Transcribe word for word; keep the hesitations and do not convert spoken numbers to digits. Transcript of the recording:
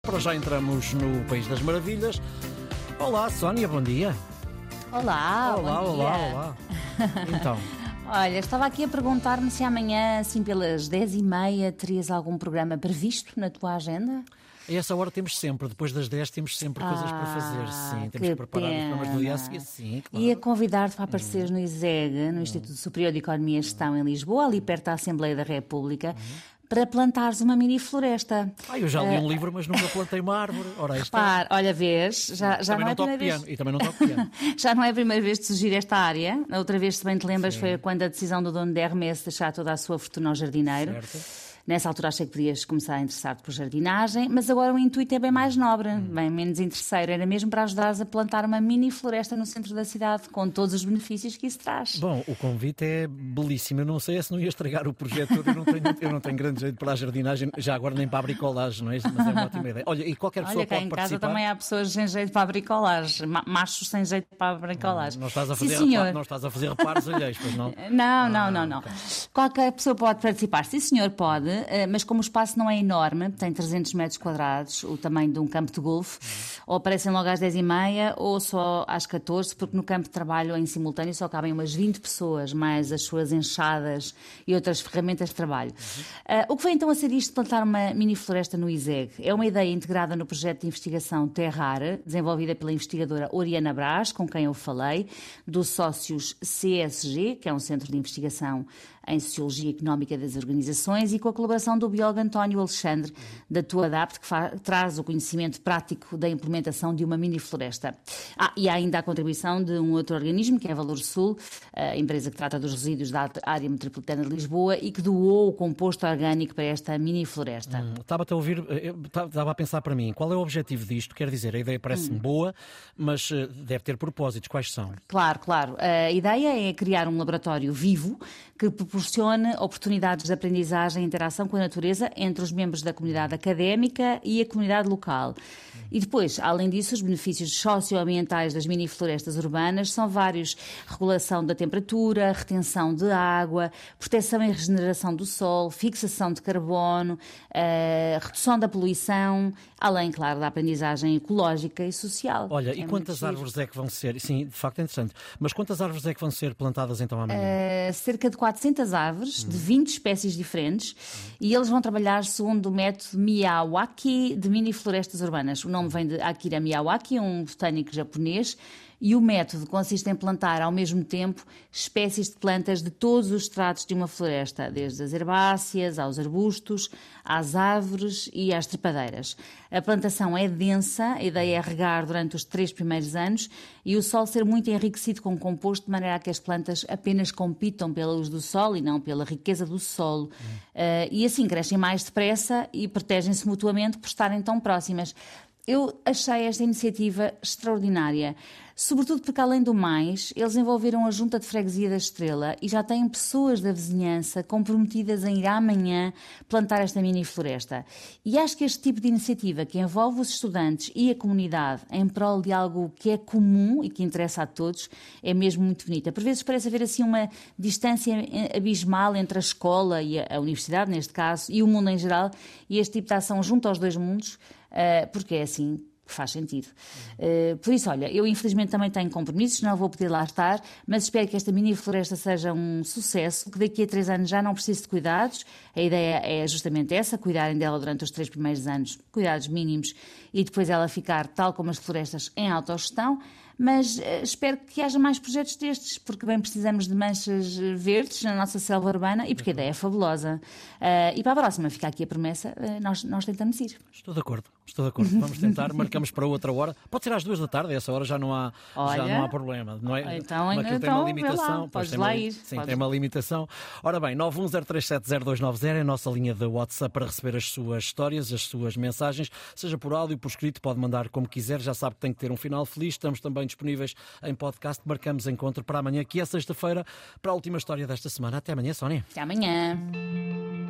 Para já entramos no País das Maravilhas. Olá, Sónia, bom dia. Olá, olá, bom olá, dia. olá. Então, Olha, estava aqui a perguntar-me se amanhã, assim pelas dez e meia, terias algum programa previsto na tua agenda? a essa hora temos sempre, depois das dez temos sempre coisas para fazer. Sim, temos que que preparar os programas do dia a seguir. pena. Sim, claro. Ia convidar-te para apareceres no I S E G, no Instituto Superior de Economia e Gestão em Lisboa, ali perto da Assembleia da República, para plantares uma mini floresta. Ah, eu já li um livro, mas nunca plantei uma árvore. Ora, esta... Repare, olha, vês, já, já também não é não a toco primeira piano. vez. E também não toco piano. Já não é a primeira vez que surgir esta área. A outra vez, se bem te lembras, foi quando a decisão do dono da R M S deixar toda a sua fortuna ao jardineiro. Certo. Nessa altura achei que podias começar a interessar-te por jardinagem, mas agora o intuito é bem mais nobre, bem menos interesseiro. Era mesmo para ajudares a plantar uma mini floresta no centro da cidade, com todos os benefícios que isso traz. Bom, o convite é belíssimo. Eu não sei se não ia estragar o projeto todo. Eu não tenho, eu não tenho grande jeito para a jardinagem, já agora nem para a bricolagem, não é? Mas é uma ótima ideia. Olha, e qualquer pessoa Olha, cá pode em casa participar. também há pessoas sem jeito para a bricolagem, ma- machos sem jeito para a bricolagem. Não estás a Sim, fazer, senhor. repa- não estás a fazer reparos alheios, pois não? Não, não, não, não. Qualquer pessoa pode participar. Sim, senhor, pode, eh, mas como o espaço não é enorme, tem trezentos metros quadrados, o tamanho de um campo de golfe, ou aparecem logo às dez e meia ou só às catorze, porque no campo de trabalho em simultâneo só cabem umas vinte pessoas, mais as suas enxadas e outras ferramentas de trabalho. Ah, o que vem então a ser isto de plantar uma mini floresta no I S E G? É uma ideia integrada no projeto de investigação Terrar, desenvolvida pela investigadora Oriana Brás, com quem eu falei, dos sócios C S G, que é um centro de investigação em Sociologia Económica das Organizações, e com a colaboração do biólogo António Alexandre, da TuAdapt, que fa- traz o conhecimento prático da implementação de uma mini floresta. Ah, e há ainda a contribuição de um outro organismo, que é a Valor Sul, a empresa que trata dos resíduos da área metropolitana de Lisboa e que doou o composto orgânico para esta mini floresta. Hum, Estava-te a ouvir, eu estava a pensar para mim, qual é o objetivo disto? Quer dizer, a ideia parece-me boa, mas eh, deve ter propósitos. Quais são? Claro, claro. A ideia é criar um laboratório vivo que proporcione oportunidades de aprendizagem e interação com a natureza entre os membros da comunidade académica e a comunidade local. E depois, além disso, os benefícios socioambientais das mini-florestas urbanas são vários: regulação da temperatura, retenção de água, proteção e regeneração do solo, fixação de carbono, eh, redução da poluição, além, claro, da aprendizagem ecológica e social. Olha, É e muito quantas giro. árvores é que vão ser? Sim, de facto é interessante. Mas quantas árvores é que vão ser plantadas então amanhã? Uh, cerca de quatrocentas árvores de vinte espécies diferentes, e eles vão trabalhar segundo o método Miyawaki de mini-florestas urbanas. O nome vem de Akira Miyawaki, um botânico japonês, e o método consiste em plantar ao mesmo tempo espécies de plantas de todos os estratos de uma floresta, desde as herbáceas aos arbustos, às árvores e às trepadeiras. A plantação é densa, a ideia é regar durante os três primeiros anos e o solo ser muito enriquecido com composto, de maneira a que as plantas apenas compitam pela luz do sol e não pela riqueza do solo. Uh, e assim crescem mais depressa e protegem-se mutuamente por estarem tão próximas. Eu achei esta iniciativa extraordinária, sobretudo porque, além do mais, eles envolveram a Junta de Freguesia da Estrela e já têm pessoas da vizinhança comprometidas em ir amanhã plantar esta mini floresta. E acho que este tipo de iniciativa, que envolve os estudantes e a comunidade em prol de algo que é comum e que interessa a todos, é mesmo muito bonita. Por vezes parece haver assim uma distância abismal entre a escola e a universidade, neste caso, e o mundo em geral, e este tipo de ação junto aos dois mundos, Uh, porque é assim que faz sentido. Uh, por isso, olha, eu infelizmente também tenho compromissos, não vou poder lá estar, mas espero que esta mini floresta seja um sucesso, que daqui a três anos já não precise de cuidados. A ideia é justamente essa: cuidarem dela durante os três primeiros anos, cuidados mínimos, e depois ela ficar tal como as florestas em autogestão. Mas uh, espero que haja mais projetos destes, porque bem precisamos de manchas verdes na nossa selva urbana e porque a ideia é fabulosa. Uh, e para a próxima, fica aqui a promessa, uh, nós, nós tentamos ir. Estou de acordo, estou de acordo. Vamos tentar, marcamos para outra hora. Pode ser às duas da tarde, a essa hora já não há, Olha, já não há problema. Não é? então, Aquilo então, tem uma vê limitação. lá, pois podes tem lá uma, ir. Sim, Podes. tem uma limitação. Ora bem, nove um zero três sete zero dois nove zero é a nossa linha de WhatsApp para receber as suas histórias, as suas mensagens, seja por áudio, por escrito, pode mandar como quiser. Já sabe que tem que ter um final feliz. Estamos também disponíveis em podcast. Marcamos encontro para amanhã, que é sexta-feira, para a última história desta semana. Até amanhã, Sónia. Até amanhã.